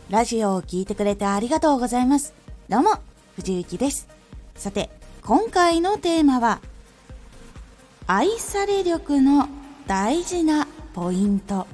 ラジオを聞いてくれてありがとうございます。どうも、藤幸です。さて、今回のテーマは、愛され力の大事なポイント。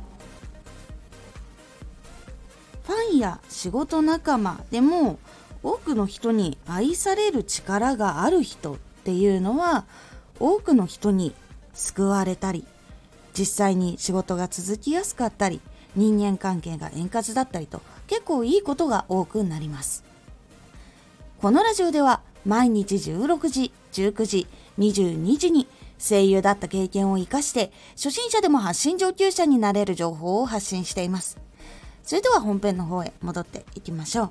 ファンや仕事仲間でも多くの人に愛される力がある人っていうのは多くの人に救われたり、実際に仕事が続きやすかったり、人間関係が円滑だったりと結構いいことが多くなります。このラジオでは毎日16時、19時、22時に声優だった経験を生かして初心者でも発信上級者になれる情報を発信しています。それでは本編の方へ戻っていきましょう。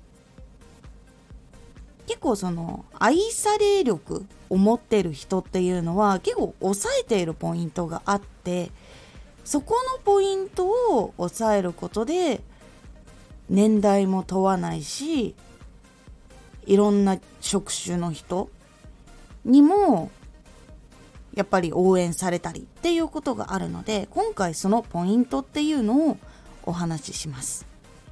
結構愛され力を持っている人っていうのは結構抑えているポイントがあって、そこのポイントを抑えることで年代も問わないし、いろんな職種の人にもやっぱり応援されたりっていうことがあるので、今回そのポイントっていうのをお話しします。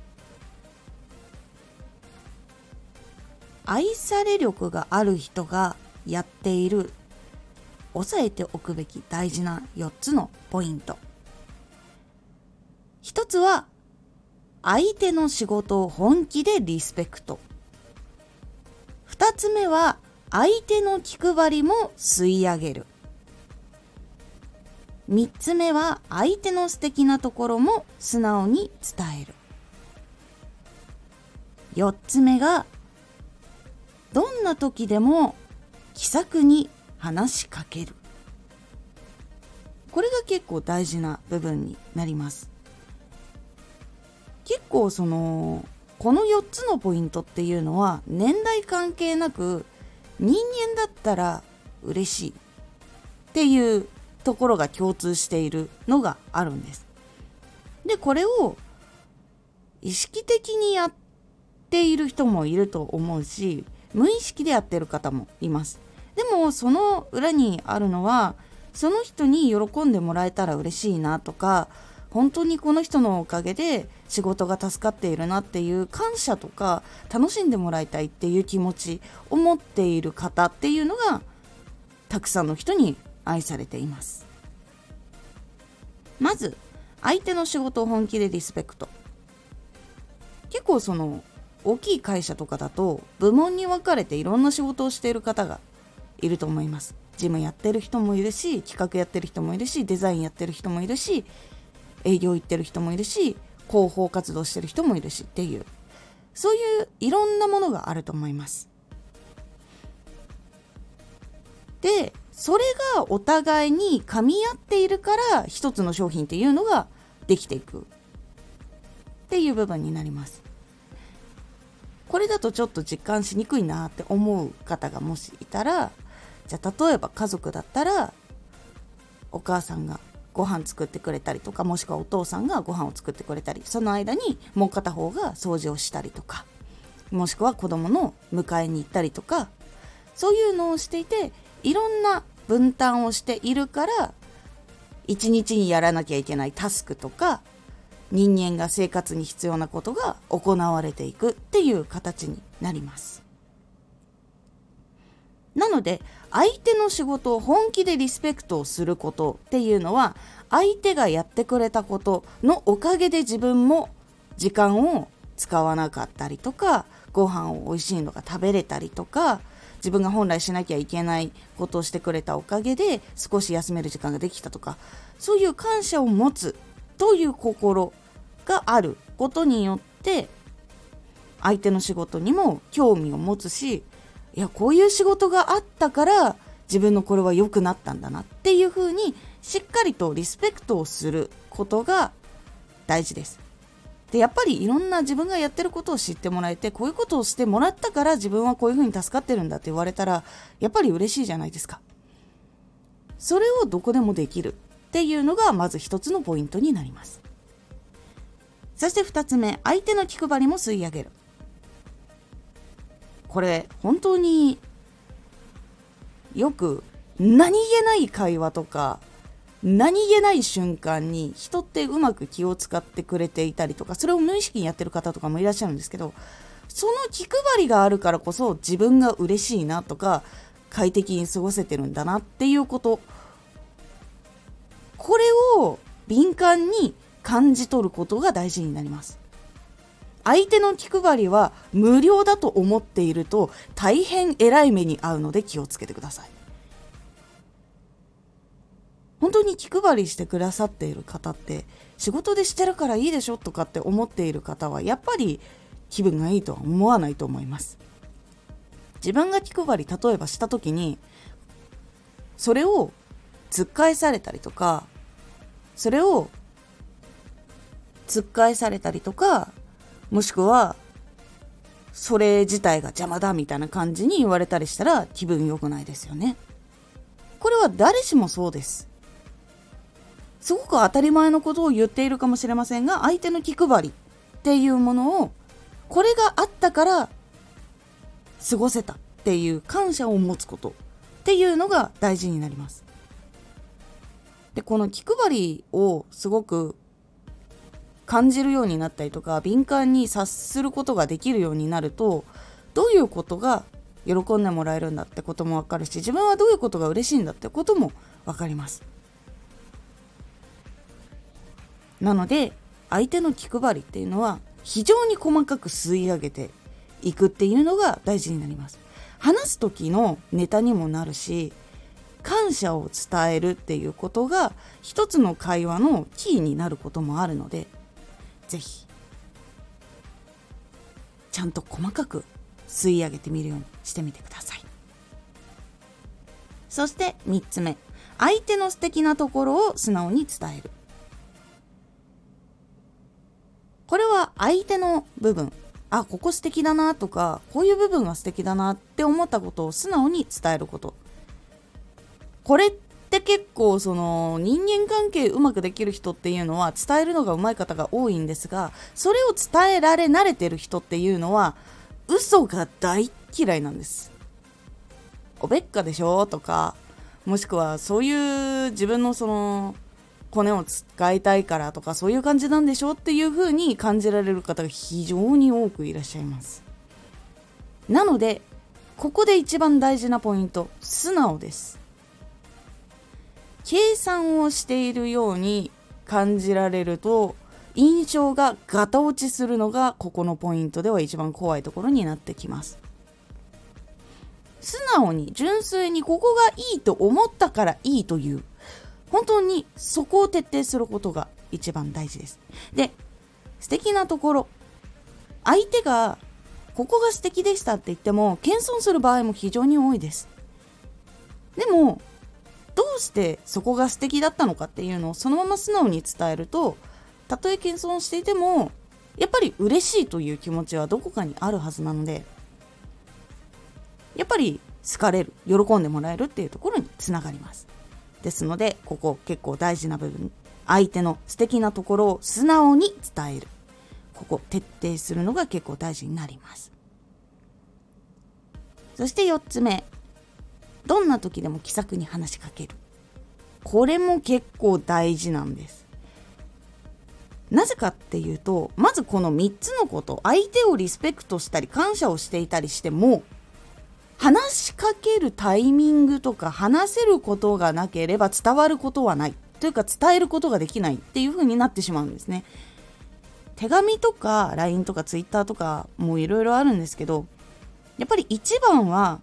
愛され力がある人がやっている押さえておくべき大事な4つのポイント。1つは相手の仕事を本気でリスペクト。2つ目は相手の気配りも吸い上げる。3つ目は相手の素敵なところも素直に伝える。4つ目がどんな時でも気さくに話しかける。これが結構大事な部分になります。結構この4つのポイントっていうのは年代関係なく人間だったら嬉しいっていうところが共通しているのがあるんです。で、これを意識的にやっている人もいると思うし、無意識でやってる方もいます。でもその裏にあるのは、その人に喜んでもらえたら嬉しいなとか、本当にこの人のおかげで仕事が助かっているなっていう感謝とか、楽しんでもらいたいっていう気持ちを持っている方っていうのがたくさんの人に愛されています。まず相手の仕事を本気でリスペクト。結構大きい会社とかだと部門に分かれていろんな仕事をしている方がいると思います。事務やってる人もいるし、企画やってる人もいるし、デザインやってる人もいるし、営業行ってる人もいるし、広報活動してる人もいるしっていう、そういういろんなものがあると思います。で、それがお互いに噛み合っているから一つの商品っていうのができていくっていう部分になります。これだとちょっと実感しにくいなって思う方がもしいたら、じゃあ例えば家族だったらお母さんがご飯作ってくれたりとか、もしくはお父さんがご飯を作ってくれたり、その間にもう片方が掃除をしたりとか、もしくは子供の迎えに行ったりとか、そういうのをしていて、いろんな分担をしているから、一日にやらなきゃいけないタスクとか、人間が生活に必要なことが行われていくっていう形になります。なので相手の仕事を本気でリスペクトをすることっていうのは、相手がやってくれたことのおかげで自分も時間を使わなかったりとか、ご飯を美味しいのが食べれたりとか、自分が本来しなきゃいけないことをしてくれたおかげで少し休める時間ができたとか、そういう感謝を持つという心があることによって相手の仕事にも興味を持つし、いや、こういう仕事があったから自分のこれは良くなったんだなっていうふうにしっかりとリスペクトをすることが大事です。で、やっぱりいろんな自分がやってることを知ってもらえて、こういうことをしてもらったから自分はこういうふうに助かってるんだって言われたら、やっぱり嬉しいじゃないですか。それをどこでもできるっていうのがまず一つのポイントになります。そして二つ目、相手の気配りも吸い上げる。これ本当によく何気ない会話とか何気ない瞬間に人ってうまく気を使ってくれていたりとか、それを無意識にやってる方とかもいらっしゃるんですけど、その気配りがあるからこそ自分が嬉しいなとか快適に過ごせてるんだなっていうこと、これを敏感に感じ取ることが大事になります。相手の気配りは無料だと思っていると大変偉い目に遭うので気をつけてください。本当に気配りしてくださっている方って仕事でしてるからいいでしょとかって思っている方はやっぱり気分がいいとは思わないと思います。自分が気配り例えばした時にそれを突っ返されたりとか、もしくはそれ自体が邪魔だみたいな感じに言われたりしたら気分良くないですよね。これは誰しもそうです。すごく当たり前のことを言っているかもしれませんが、相手の気配りっていうものを、これがあったから過ごせたっていう感謝を持つことっていうのが大事になります。で、この気配りをすごく感じるようになったりとか、敏感に察することができるようになると、どういうことが喜んでもらえるんだってことも分かるし、自分はどういうことが嬉しいんだってことも分かります。なので相手の気配りっていうのは非常に細かく吸い上げていくっていうのが大事になります。話す時のネタにもなるし、感謝を伝えるっていうことが一つの会話のキーになることもあるので、ぜひちゃんと細かく吸い上げてみるようにしてみてください。そして3つ目、相手の素敵なところを素直に伝える。これは相手の部分、ここ素敵だなとか、こういう部分が素敵だなって思ったことを素直に伝えること。これって結構人間関係うまくできる人っていうのは伝えるのが上手い方が多いんですが、それを伝えられ慣れてる人っていうのは嘘が大嫌いなんです。おべっかでしょとか、もしくはそういう自分のコネを使いたいからとか、そういう感じなんでしょっていう風に感じられる方が非常に多くいらっしゃいます。なのでここで一番大事なポイント、素直です。計算をしているように感じられると印象がガタ落ちするのがここのポイントでは一番怖いところになってきます。素直に純粋にここがいいと思ったからいいという、本当にそこを徹底することが一番大事です。で、素敵なところ、相手がここが素敵でしたって言っても謙遜する場合も非常に多いです。でもどうしてそこが素敵だったのかっていうのをそのまま素直に伝えると、たとえ謙遜していてもやっぱり嬉しいという気持ちはどこかにあるはずなので、やっぱり好かれる、喜んでもらえるっていうところにつながります。ですのでここ結構大事な部分、相手の素敵なところを素直に伝える、ここ徹底するのが結構大事になります。そして4つ目、どんな時でも気さくに話しかける。これも結構大事なんです。なぜかっていうと、まずこの3つのこと、相手をリスペクトしたり感謝をしていたりしても、話しかけるタイミングとか話せることがなければ伝わることはないというか、伝えることができないっていう風になってしまうんですね。手紙とか LINE とか Twitter とかもいろいろあるんですけど、やっぱり一番は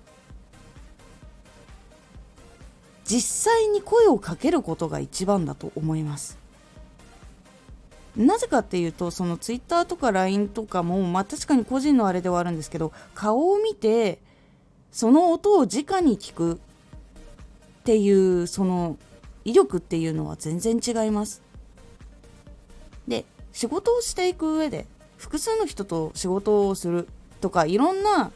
実際に声をかけることが一番だと思います。なぜかっていうと、その Twitter とか LINE とかも、確かに個人のあれではあるんですけど、顔を見てその音を直に聞くっていうその威力っていうのは全然違います。で、仕事をしていく上で複数の人と仕事をするとか、いろんな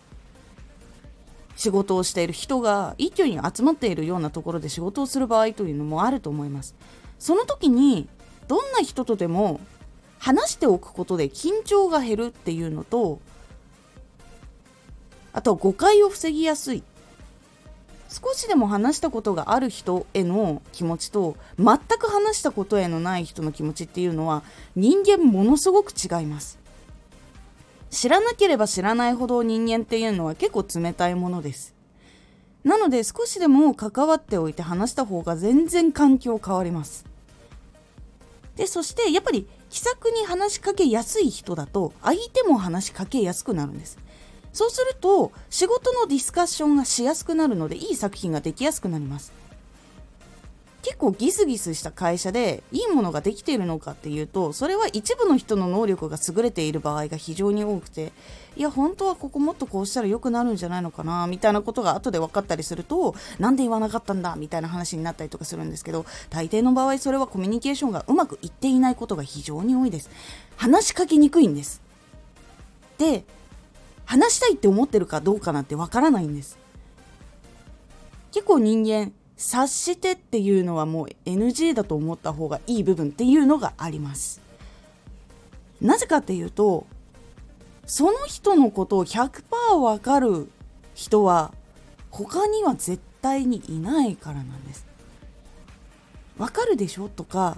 仕事をしている人が一挙に集まっているようなところで仕事をする場合というのもあると思います。その時にどんな人とでも話しておくことで緊張が減るっていうのと、あと誤解を防ぎやすい。 少しでも話したことがある人への気持ちと全く話したことへのない人の気持ちっていうのは人間ものすごく違います。知らなければ知らないほど人間っていうのは結構冷たいものです。なので少しでも関わっておいて話した方が全然環境変わります。でそしてやっぱり気さくに話しかけやすい人だと相手も話しかけやすくなるんです。そうすると仕事のディスカッションがしやすくなるのでいい作品ができやすくなります。結構ギスギスした会社でいいものができているのかっていうと、それは一部の人の能力が優れている場合が非常に多くて、いや本当はここもっとこうしたら良くなるんじゃないのかなみたいなことが後で分かったりすると、なんで言わなかったんだみたいな話になったりとかするんですけど、大抵の場合それはコミュニケーションがうまくいっていないことが非常に多いです。話しかけにくいんです。で話したいって思ってるかどうかなんてわからないんです。結構人間察してっていうのはもう NG だと思った方がいい部分っていうのがあります。なぜかっていうと、その人のことを 100% わかる人は他には絶対にいないからなんです。わかるでしょとか、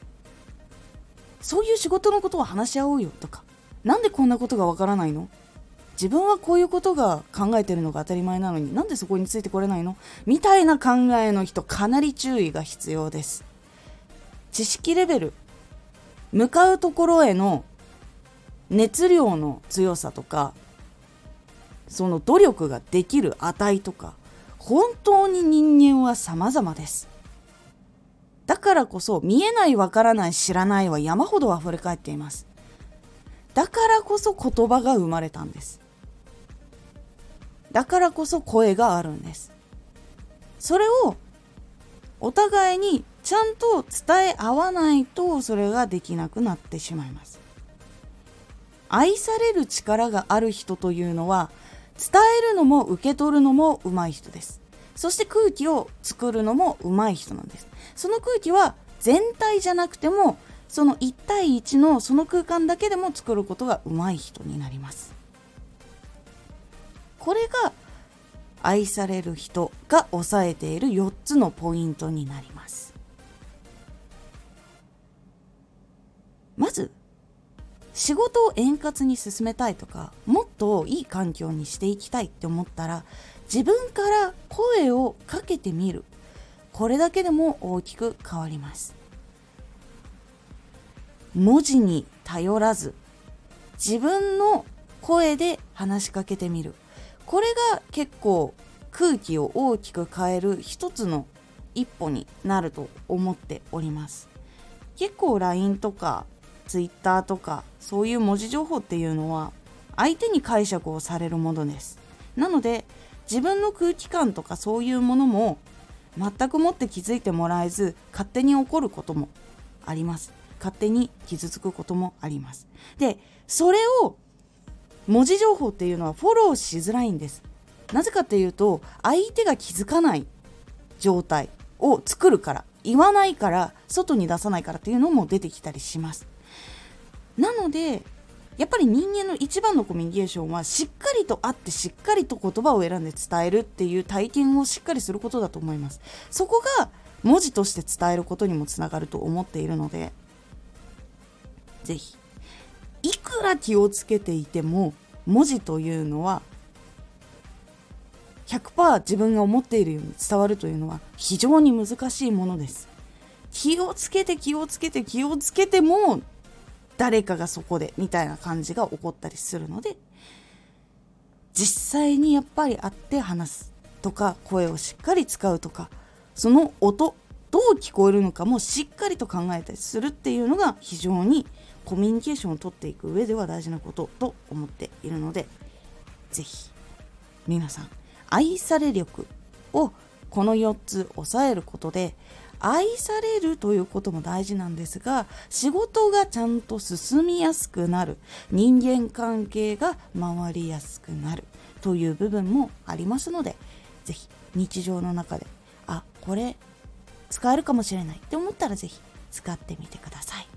そういう仕事のことを話し合おうよとか、なんでこんなことがわからないの、自分はこういうことが考えてるのが当たり前なのになんでそこについてこれないのみたいな考えの人、かなり注意が必要です。知識レベル、向かうところへの熱量の強さとか、その努力ができる値とか、本当に人間は様々です。だからこそ見えない、わからない、知らないは山ほど溢れ返っています。だからこそ言葉が生まれたんです。だからこそ声があるんです。それをお互いにちゃんと伝え合わないとそれができなくなってしまいます。愛される力がある人というのは伝えるのも受け取るのも上手い人です。そして空気を作るのも上手い人なんです。その空気は全体じゃなくてもその1対1のその空間だけでも作ることが上手い人になります。これが愛される人が抑えている4つのポイントになります。まず仕事を円滑に進めたいとか、もっといい環境にしていきたいって思ったら、自分から声をかけてみる。これだけでも大きく変わります。文字に頼らず自分の声で話しかけてみる。これが結構空気を大きく変える一つの一歩になると思っております。結構 LINE とか Twitter とかそういう文字情報っていうのは相手に解釈をされるものです。なので自分の空気感とかそういうものも全くもって気づいてもらえず勝手に起こることもあります。勝手に傷つくこともあります。で、それを文字情報っていうのはフォローしづらいんです。なぜかっていうと相手が気づかない状態を作るから、言わないから外に出さないからっていうのも出てきたりします。なのでやっぱり人間の一番のコミュニケーションはしっかりと会ってしっかりと言葉を選んで伝えるっていう体験をしっかりすることだと思います。そこが文字として伝えることにもつながると思っているので、ぜひいくら気をつけていても文字というのは 100% 自分が思っているように伝わるというのは非常に難しいものです。気をつけても誰かがそこでみたいな感じが起こったりするので、実際にやっぱり会って話すとか、声をしっかり使うとか、その音どう聞こえるのかもしっかりと考えたりするっていうのが非常にコミュニケーションを取っていく上では大事なことと思っているので、ぜひ皆さん愛され力をこの4つ抑えることで、愛されるということも大事なんですが、仕事がちゃんと進みやすくなる、人間関係が回りやすくなるという部分もありますので、ぜひ日常の中でこれ使えるかもしれないって思ったらぜひ使ってみてください。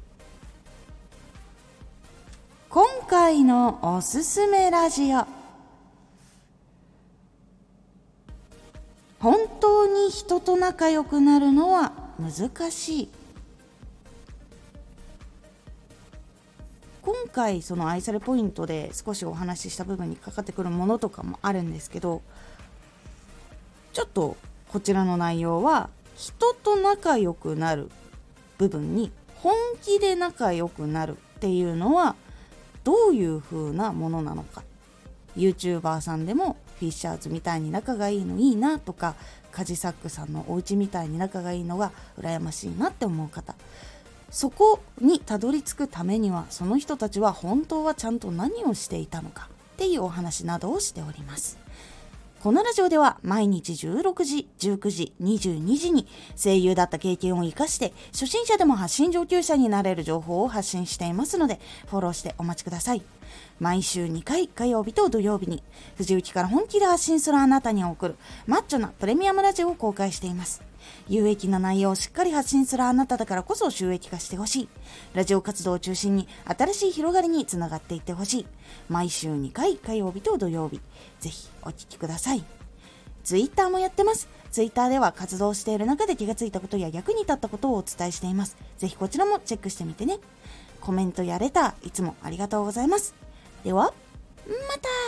今回のおすすめラジオ、本に人と仲良くなるのは難しい。今回その愛されポイントで少しお話しした部分にかかってくるものとかもあるんですけど、ちょっとこちらの内容は人と仲良くなる部分に本気で仲良くなるっていうのはどういう風なものなのか、 YouTuber さんでもフィッシャーズみたいに仲がいいのいいなとか、カジサックさんのお家みたいに仲がいいのが羨ましいなって思う方、そこにたどり着くためにはその人たちは本当はちゃんと何をしていたのかっていうお話などをしております。このラジオでは毎日16時、19時、22時に声優だった経験を生かして初心者でも発信上級者になれる情報を発信していますので、フォローしてお待ちください。毎週2回、火曜日と土曜日に藤雪から本気で発信するあなたに送るマッチョなプレミアムラジオを公開しています。有益な内容をしっかり発信するあなただからこそ収益化してほしい。ラジオ活動を中心に新しい広がりにつながっていってほしい。毎週2回、火曜日と土曜日、ぜひお聞きください。ツイッターもやってます。ツイッターでは活動している中で気がついたことや役に立ったことをお伝えしています。ぜひこちらもチェックしてみてね。コメントやレターいつもありがとうございます。ではまた。